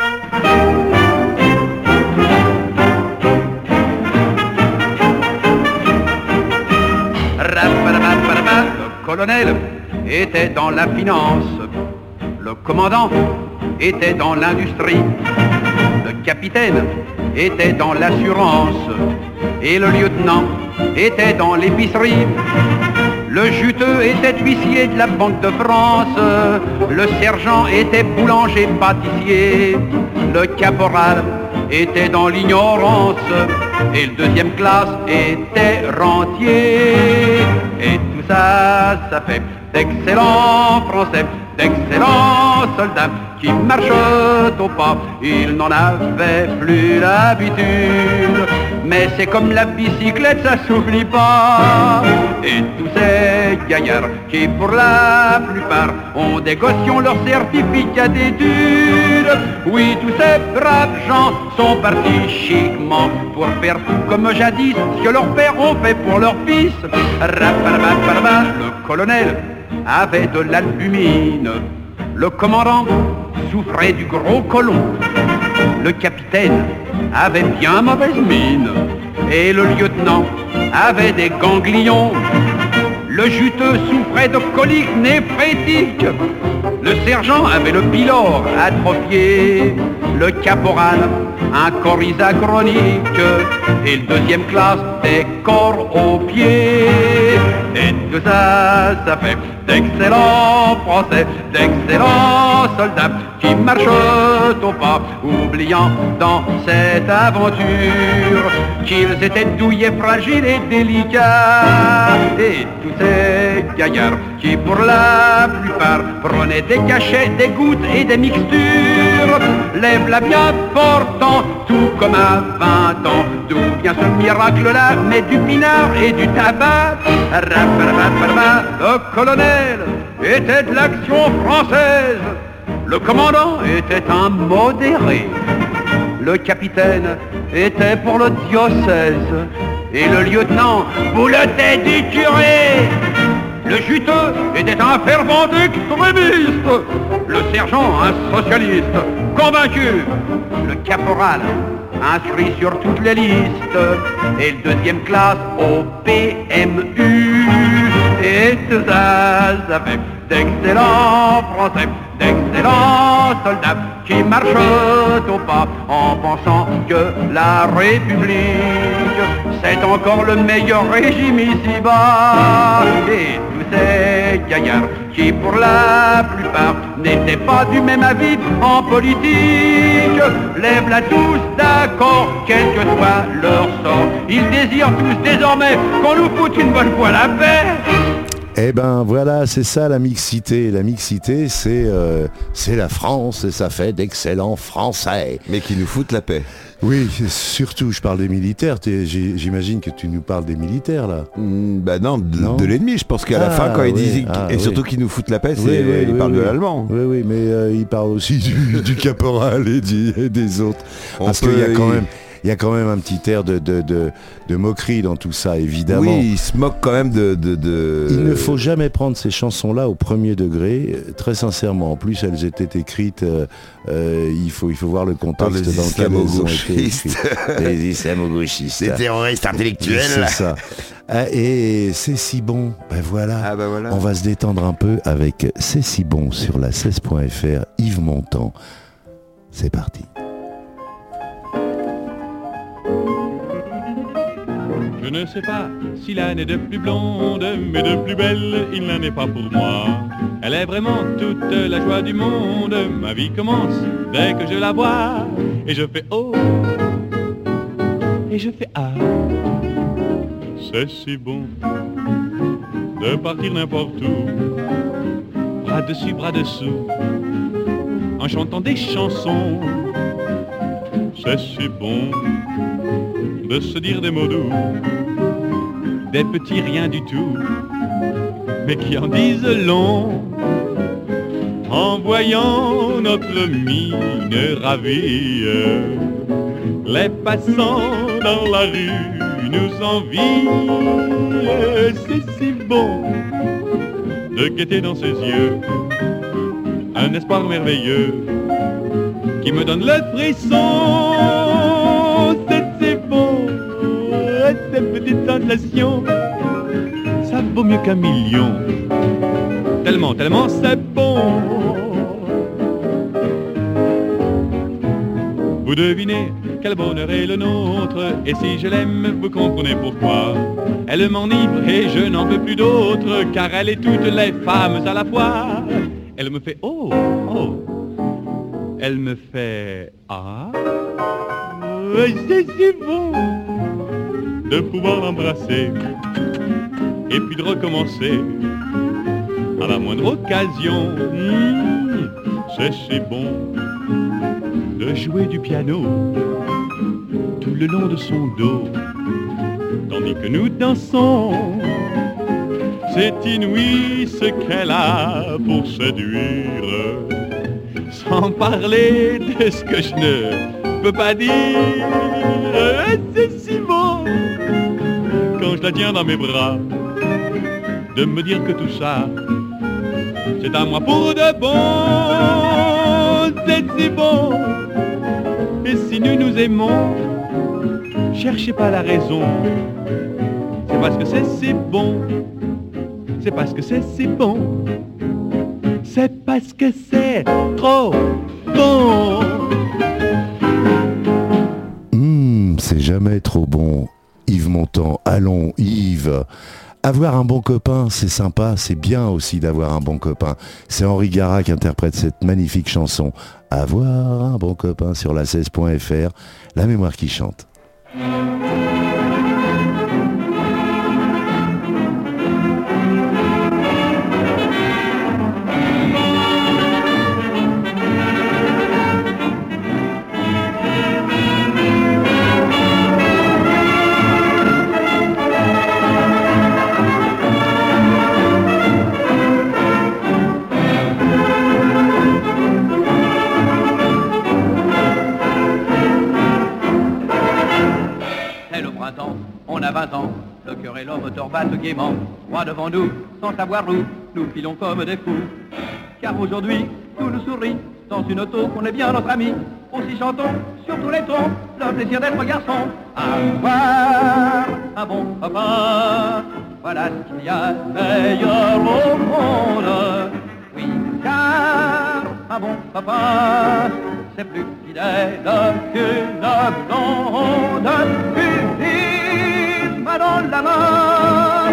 Raparapapapa, le colonel était dans la finance, le commandant était dans l'industrie, le capitaine était dans l'assurance et le lieutenant était dans l'épicerie. Le juteux était huissier de la Banque de France, le sergent était boulanger pâtissier, le caporal était dans l'ignorance et le deuxième classe était rentier. Et tout ça, ça fait d'excellents Français, d'excellents soldats qui marchent au pas. Ils n'en avaient plus l'habitude, mais c'est comme la bicyclette, ça s'oublie pas. Et tous ces gaillards qui pour la plupart ont des gossions leur certificat d'études. Oui, tous ces braves gens sont partis chiquement pour faire tout comme jadis ce que leurs pères ont fait pour leurs fils. Raparaparapara, le colonel avait de l'albumine, le commandant souffrait du gros côlon, le capitaine avait bien mauvaise mine et le lieutenant avait des ganglions. Le juteux souffrait de coliques néphrétiques, le sergent avait le pylore atrophié, le caporal un coryza chronique et le deuxième classe des corps aux pieds. Et tout ça, ça fait d'excellents Français, d'excellents soldats qui marchent au pas, oubliant dans cette aventure qu'ils étaient douillés, fragiles et délicats. Et tous ces gaillards qui pour la plupart prenaient des cachets, des gouttes et des mixtures, lève-la bien portant, tout comme à vingt ans. D'où vient ce miracle-là? Mais du pinard et du tabac. Le colonel était de l'action française, le commandant était un modéré, le capitaine était pour le diocèse et le lieutenant bouletait du curé. Le juteux était un fervent extrémiste, le sergent un socialiste convaincu, le caporal inscrit sur toutes les listes et le deuxième classe au P M U. Et tout ça, ça fait d'excellents Français, d'excellents soldats qui marchent au pas en pensant que la République c'est encore le meilleur régime ici-bas. Et tous ces gaillards qui pour la plupart n'étaient pas du même avis en politique, lèvent-la tous d'accord, quel que soit leur sort. Ils désirent tous désormais qu'on nous foute une bonne fois la paix. Eh ben voilà, c'est ça la mixité. La mixité, c'est euh, c'est la France et ça fait d'excellents Français. Mais qui nous foutent la paix. Oui, surtout, je parle des militaires. T'es, j'imagine que tu nous parles des militaires, là. Mmh, bah non, de, non. de l'ennemi. Je pense qu'à ah, la fin, quand oui, ils disent... Ah, et oui. surtout qu'ils nous foutent la paix, c'est, oui, oui, ils oui, parlent oui. de l'allemand. Oui, oui, mais euh, ils parlent aussi du, du caporal et, du, et des autres. On Parce qu'il y a quand même... Il y a quand même un petit air de, de, de, de moquerie dans tout ça, évidemment. Oui, il se moque quand même de, de, de... Il ne faut jamais prendre ces chansons-là au premier degré, très sincèrement. En plus, elles étaient écrites, euh, euh, il, faut, il faut voir le contexte dans lequel elles ont été écrites. Les islamo-gauchistes. Les terroristes intellectuels. C'est ça. Et c'est si bon, ben voilà. Ah ben voilà. On va se détendre un peu avec C'est si bon sur la seize point F R, Yves Montand. C'est parti. Je ne sais pas si l'âne est de plus blonde, mais de plus belle, il n'en est pas pour moi. Elle est vraiment toute la joie du monde, ma vie commence dès que je la vois. Et je fais oh, et je fais ah. C'est si bon de partir n'importe où, bras dessus, bras dessous, en chantant des chansons. C'est si bon de se dire des mots doux, des petits riens du tout, mais qui en disent long. En voyant notre mine ravie, les passants dans la rue nous envient. C'est si bon de guetter dans ses yeux un espoir merveilleux qui me donne le frisson. C'est si bon, cette petite sensation, ça vaut mieux qu'un million. Tellement, tellement c'est bon. Vous devinez quel bonheur est le nôtre, et si je l'aime, vous comprenez pourquoi. Elle m'enivre et je n'en veux plus d'autre, car elle est toutes les femmes à la fois. Elle me fait oh, oh. Elle me fait ah. C'est si bon de pouvoir l'embrasser et puis de recommencer à la moindre occasion. Mmh, c'est si bon de jouer du piano tout le long de son dos tandis que nous dansons. C'est inouï ce qu'elle a pour séduire, sans parler de ce que je ne peux pas dire. C'est si bon quand je la tiens dans mes bras de me dire que tout ça c'est à moi pour de bon. C'est si bon. Et si nous nous aimons, cherchez pas la raison. C'est parce que c'est si bon. C'est parce que c'est si bon. C'est parce que c'est trop bon. Mmh, c'est jamais trop bon. Yves Montand, allons Yves. Avoir un bon copain, c'est sympa, c'est bien aussi d'avoir un bon copain. C'est Henri Gara qui interprète cette magnifique chanson. Avoir un bon copain sur la seize point F R, la mémoire qui chante. Le cœur et l'homme battent gaiement, droit devant nous, sans savoir où, nous filons comme des fous. Car aujourd'hui, tout nous sourit, dans une auto qu'on est bien notre ami. Aussi chantons sur tous les tons, le plaisir d'être garçon. Avoir un bon copain, voilà ce qu'il y a de meilleur au monde. car un bon copain, c'est plus fidèle qu'une blonde. Une main dans la main,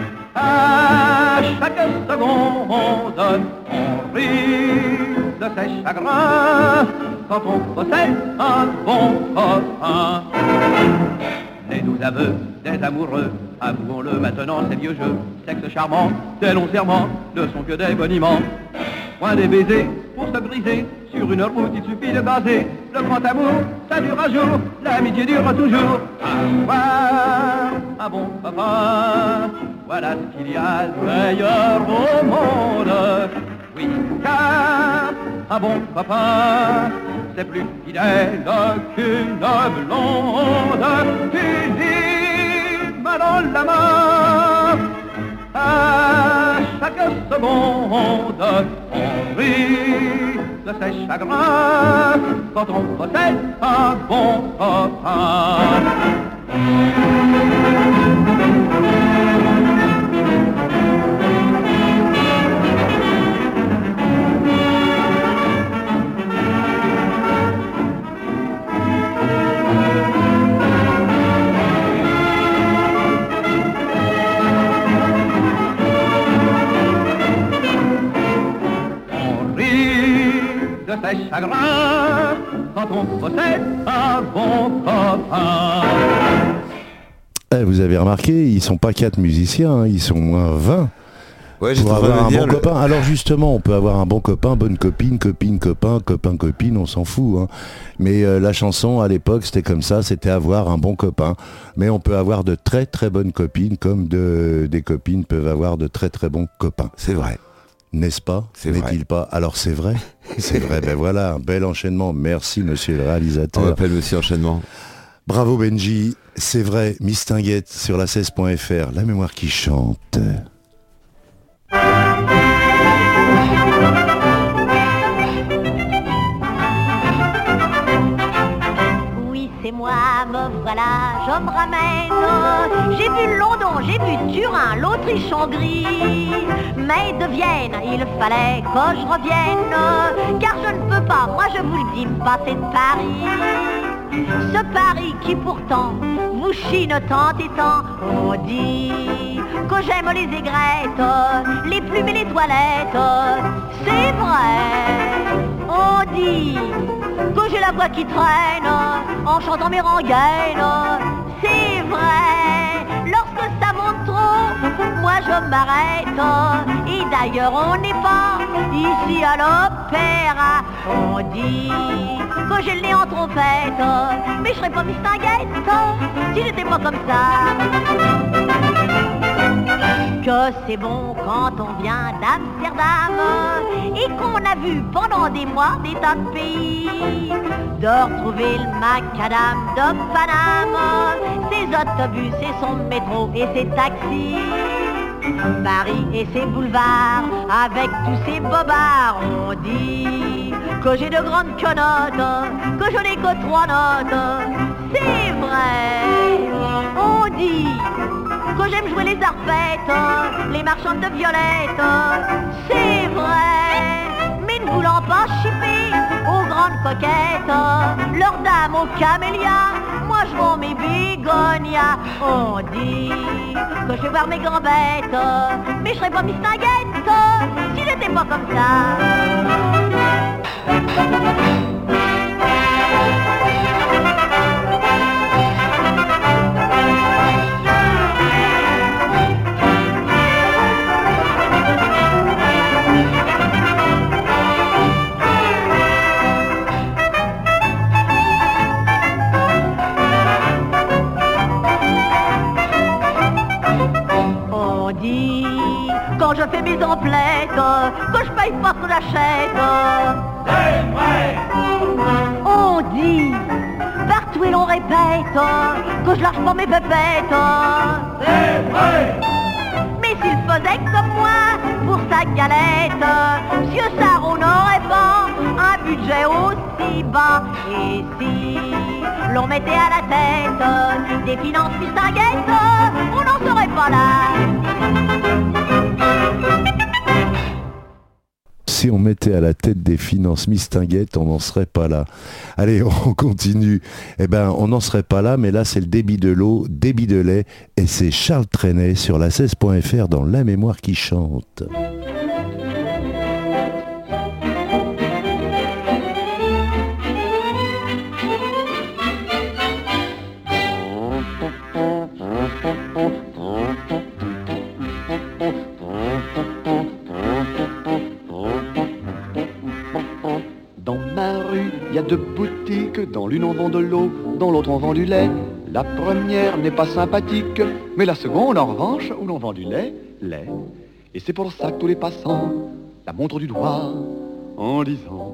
à chaque seconde, on rit de ses chagrins quand on possède un bon copain. Les douze aveux des amoureux, avouons-le maintenant, ces vieux jeux, sexe charmant, des longs serments, ne sont que des boniments. Point des baisers pour se briser, sur une route il suffit de baser. Le grand amour, ça dure un jour, l'amitié dure toujours. Avoir un bon copain, voilà ce qu'il y a de meilleur au monde. Oui, car un bon copain, c'est plus fidèle qu'une blonde. Une main dans la main, à chaque seconde, on rit de ses chagrins quand on possède un bon copain. De ses chagrins quand on possède un bon copain. Eh, vous avez remarqué, ils sont pas quatre musiciens, hein, ils sont au moins vingt. Ouais, j'ai pour trouvé avoir un dire bon le... copain. Alors justement, on peut avoir un bon copain, bonne copine, copine, copain, copain, copine, on s'en fout. Hein. Mais euh, la chanson à l'époque, c'était comme ça, c'était avoir un bon copain. Mais on peut avoir de très très bonnes copines, comme de, des copines peuvent avoir de très très bons copains. C'est vrai. N'est-ce pas? C'est N'est-il pas? Alors c'est vrai. C'est vrai. Ben voilà, un bel enchaînement. Merci monsieur le réalisateur. On appelle monsieur enchaînement. Bravo Benji. C'est vrai, Mistinguette sur la seize point F R, la mémoire qui chante. C'est moi, me voilà, je me ramène. J'ai vu London, j'ai vu Turin, l'Autriche-Hongrie. Mais de Vienne, il fallait que je revienne. Car je ne peux pas, moi je vous le dis, me passer de Paris. Ce Paris qui pourtant vous chine tant et tant. On dit que j'aime les aigrettes, les plumes et les toilettes. C'est vrai, on dit que j'ai la voix qui traîne en chantant mes rengaines. C'est vrai, lorsque ça monte trop, moi je m'arrête. Et d'ailleurs on n'est pas ici à l'opéra. On dit que j'ai le nez en trompette, mais je serais pas Mistinguette si j'étais pas comme ça. Que c'est bon quand on vient d'Amsterdam et qu'on a vu pendant des mois des tas de pays, de retrouver le macadam de Paname, ses autobus et son métro et ses taxis, Paris et ses boulevards avec tous ses bobards. On dit que j'ai de grandes quenottes, que je n'ai que trois notes. C'est vrai, on dit que j'aime jouer les arpettes, les marchandes de violettes. C'est vrai, mais ne voulant pas chipper aux grandes coquettes, leurs dames aux camélias, moi je vends mes bigonias. On dit que je vais voir mes gambettes, mais je serais pas Mistinguette si j'étais pas comme ça. Quand je fais mes emplettes, que je paye pas ce que j'achète. C'est vrai. On dit, partout et l'on répète, que je lâche pas mes pépettes. C'est vrai. Mais s'il faisait comme moi, pour sa galette, Monsieur Sarro n'aurait pas un budget aussi bas. Et si l'on mettait à la tête des finances Mistinguettes, on n'en serait pas là. si on mettait à la tête des finances Mistinguette, on n'en serait pas là. Allez, on continue. Eh ben, on n'en serait pas là, mais là, c'est le débit de l'eau, débit de lait, et c'est Charles Trenet sur la seize point F R dans La Mémoire qui chante. Il y a deux boutiques, dans l'une on vend de l'eau, dans l'autre on vend du lait. La première n'est pas sympathique, mais la seconde en revanche, où l'on vend du lait, lait. Et c'est pour ça que tous les passants la montrent du doigt en disant: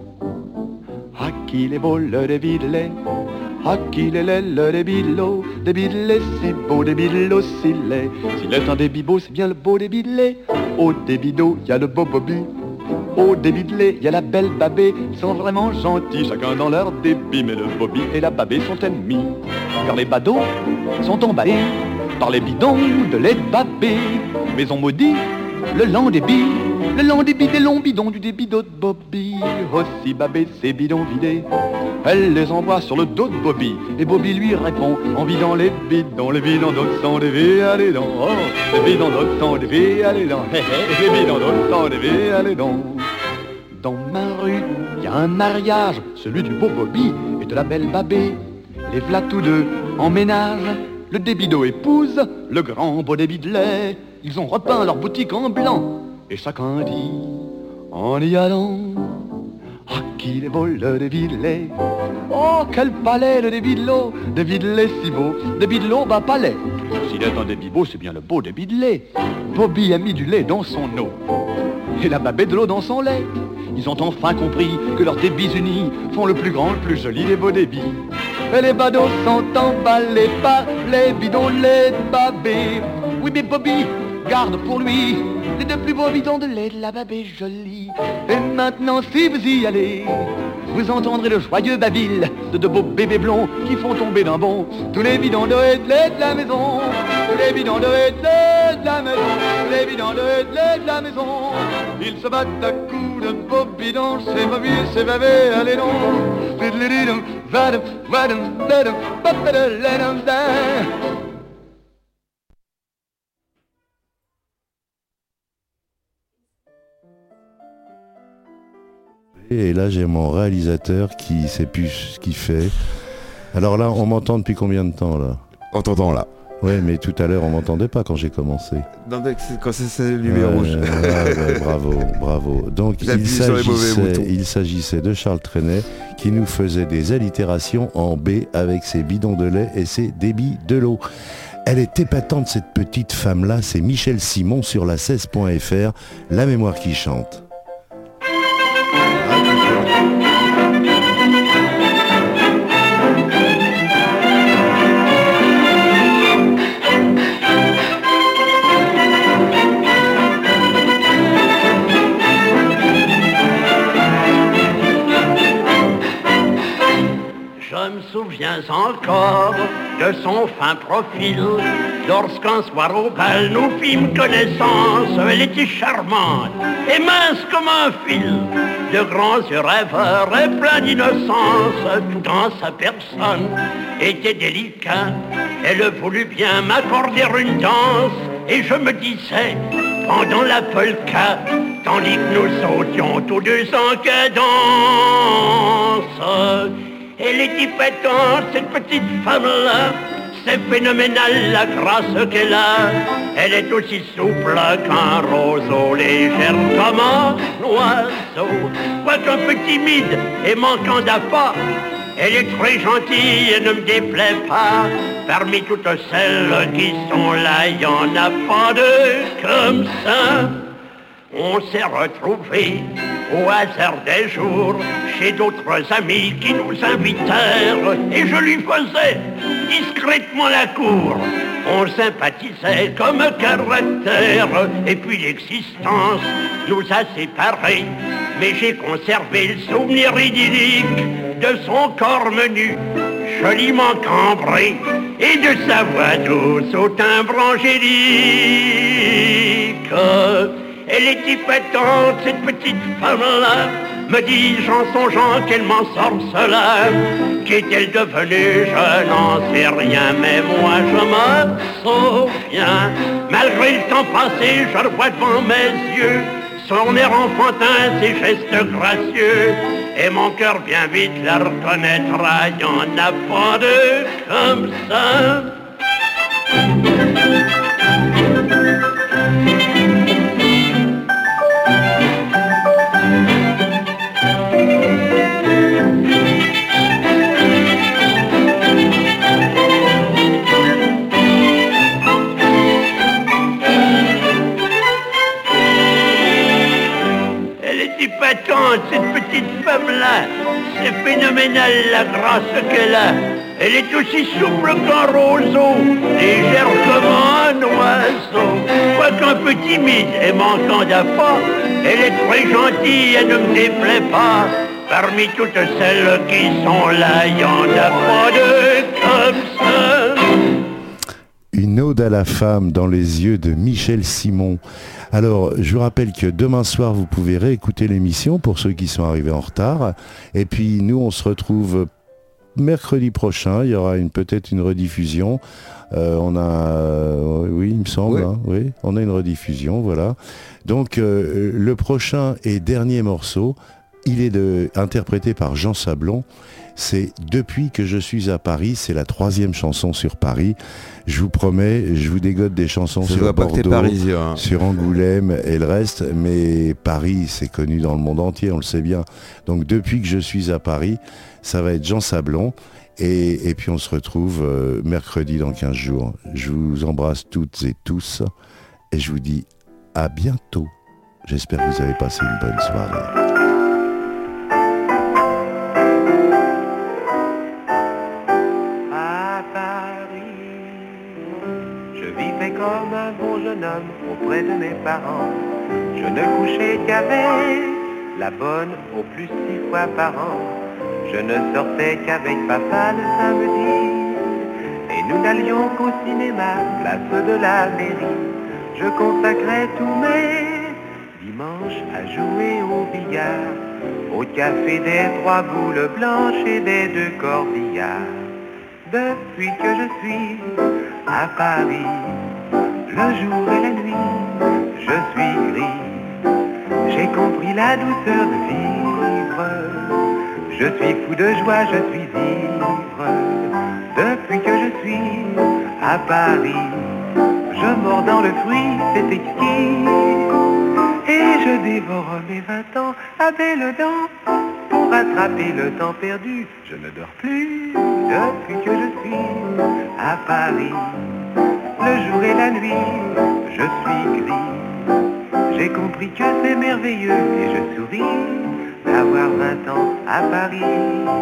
à qui les beau le débit de lait, à qui les lait le débit de l'eau, débit de lait si beau, débit de l'eau si laid. S'il est un débit beau, c'est bien le beau débit de lait. Au débit d'eau, il y a le beau Bobby. Au débit de lait, il y a la belle Babé. Ils sont vraiment gentils, chacun dans leur débit. Mais le Bobby et la Babé sont ennemis, car les badauds sont emballés par les bidons de lait de Babé. Mais on maudit le lent débit, le lent débit des longs bidons du débit d'eau de Bobby. Aussi Babé ses bidons vidés, elle les envoie sur le dos de Bobby. Et Bobby lui répond en vidant les bidons. Les bidons d'autres sont des vies, allez donc. Oh, les bidons d'autres sont des vies, allez donc. Les bidons d'autres sont des vies, allez donc. Dans ma rue, il y a un mariage, celui du beau Bobby et de la belle Babé. Les v'là tous deux en ménage, le débit d'eau épouse le grand beau débit de lait. Ils ont repeint leur boutique en blanc, et chacun dit en y allant: à qui les beau le débit de lait. Oh, quel palais le débit de l'eau, débit de lait si beau, débit de l'eau, bah palais. S'il est un débit beau, c'est bien le beau débit de lait. Bobby a mis du lait dans son eau, et la Babette de l'eau dans son lait. Ils ont enfin compris que leurs débits unis font le plus grand, le plus joli des beaux débits. Et les badauds sont emballés par les bidons de lait de Babé. Oui, mais Bobby garde pour lui les deux plus beaux bidons de lait de la Babé jolie. Et maintenant, si vous y allez, vous entendrez le joyeux babil de de beaux bébés blonds qui font tomber d'un bond tous les bidons de lait de lait de la maison. Tous les bidons de lait de lait de la maison. Tous les bidons de lait de lait de la maison. Ils se battent à coups de beaux bidons. C'est Bobby, c'est Babé, allez donc. Et là, j'ai mon réalisateur qui sait plus ce qu'il fait. Alors là, on m'entend depuis combien de temps là? On t'entend là. Ouais, mais tout à l'heure, on m'entendait pas quand j'ai commencé. Non, quand c'est le numéro. Ouais, ouais, ouais, bravo, bravo. Donc il s'agissait, il s'agissait de Charles Trenet qui nous faisait des allitérations en B avec ses bidons de lait et ses débits de l'eau. Elle est épatante cette petite femme-là, c'est Michel Simon sur la seize point F R, La Mémoire qui chante. Je me souviens encore de son fin profil, lorsqu'un soir au bal nous fîmes connaissance. Elle était charmante et mince comme un fil, de grands yeux rêveurs et plein d'innocence. Tout dans sa personne était délicat, elle voulut bien m'accorder une danse. Et je me disais, pendant la polka, tandis que nous sautions tous deux en cadence, elle est épatante, cette petite femme-là. C'est phénoménal la grâce qu'elle a. Elle est aussi souple qu'un roseau, légère comme un oiseau. Quoiqu'un peu timide et manquant d'appât, elle est très gentille et ne me déplaît pas. Parmi toutes celles qui sont là, il y en a pas deux comme ça. On s'est retrouvés au hasard des jours chez d'autres amis qui nous invitèrent, et je lui faisais discrètement la cour. On sympathisait comme caractère, et puis l'existence nous a séparés. Mais j'ai conservé le souvenir idyllique de son corps menu, joliment cambré, et de sa voix douce au timbre angélique. Elle est épatante, cette petite femme-là. Me dis-je en songeant qu'elle m'en sorcela. Qu'est-elle devenue? Je n'en sais rien, mais moi je me souviens. Malgré le temps passé, je revois devant mes yeux son air enfantin, ses gestes gracieux. Et mon cœur bien vite la reconnaîtra. Y en a pas deux comme ça. Épatante, cette petite femme-là, c'est phénoménal la grâce qu'elle a. Elle est aussi souple qu'un roseau, légère comme un oiseau. Quoiqu'un peu timide et manquant d'appât, elle est très gentille, elle ne me déplaît pas. Parmi toutes celles qui sont là, il n'y en a pas deux comme ça. Une ode à la femme dans les yeux de Michel Simon. Alors, je vous rappelle que demain soir, vous pouvez réécouter l'émission pour ceux qui sont arrivés en retard. Et puis, nous, on se retrouve mercredi prochain. Il y aura une, peut-être une rediffusion. Euh, on a... Euh, oui, il me semble. Oui. Hein, oui, on a une rediffusion, voilà. Donc, euh, le prochain et dernier morceau, il est de, interprété par Jean Sablon. C'est Depuis que je suis à Paris, c'est la troisième chanson sur Paris. Je vous promets, je vous dégote des chansons je sur Bordeaux, parisien, hein. sur Angoulême et le reste, mais Paris, c'est connu dans le monde entier, on le sait bien. Donc depuis que je suis à Paris, ça va être Jean Sablon. Et, et puis on se retrouve euh, mercredi dans quinze jours. Je vous embrasse toutes et tous et je vous dis à bientôt. J'espère que vous avez passé une bonne soirée. Comme un bon jeune homme auprès de mes parents, je ne couchais qu'avec la bonne au plus six fois par an. Je ne sortais qu'avec papa le samedi, et nous n'allions qu'au cinéma, place de la mairie. Je consacrais tous mes dimanches à jouer au billard, au café des trois boules blanches et des deux corbillards. Depuis que je suis à Paris, le jour et la nuit, je suis gris. J'ai compris la douceur de vivre. Je suis fou de joie, je suis ivre. Depuis que je suis à Paris, je mords dans le fruit, c'est exquis. Et je dévore mes vingt ans à belles dents. Pour rattraper le temps perdu, je ne dors plus. Depuis que je suis à Paris, le jour et la nuit, je suis gris. J'ai compris que c'est merveilleux et je souris d'avoir vingt ans à Paris.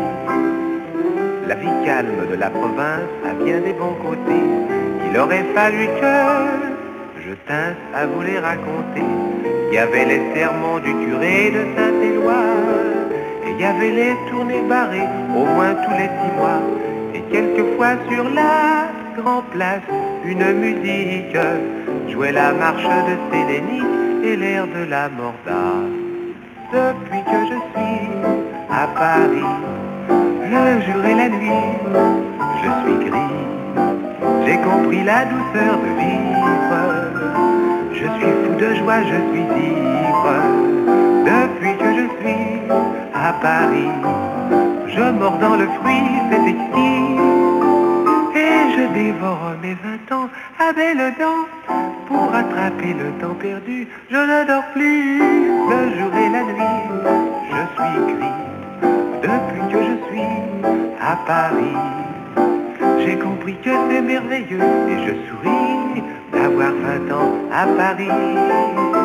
La vie calme de la province a bien des bons côtés. Il aurait fallu que je tinte à vous les raconter. Il y avait les sermons du curé de Saint-Éloi, et il y avait les tournées barrées au moins tous les six mois. Et quelquefois sur la grande place, une musique jouait la marche de Sélénique et l'air de la Morda. Depuis que je suis à Paris, le jour et la nuit, je suis gris. J'ai compris la douceur de vivre. Je suis fou de joie, je suis ivre. Depuis que je suis à Paris, je mords dans le fruit, c'est exquis. Et je dévore mes vingt ans à belles dents. Pour rattraper le temps perdu, je ne dors plus. Le jour et la nuit, je suis gris. Depuis que je suis à Paris, j'ai compris que c'est merveilleux et je souris d'avoir vingt ans à Paris.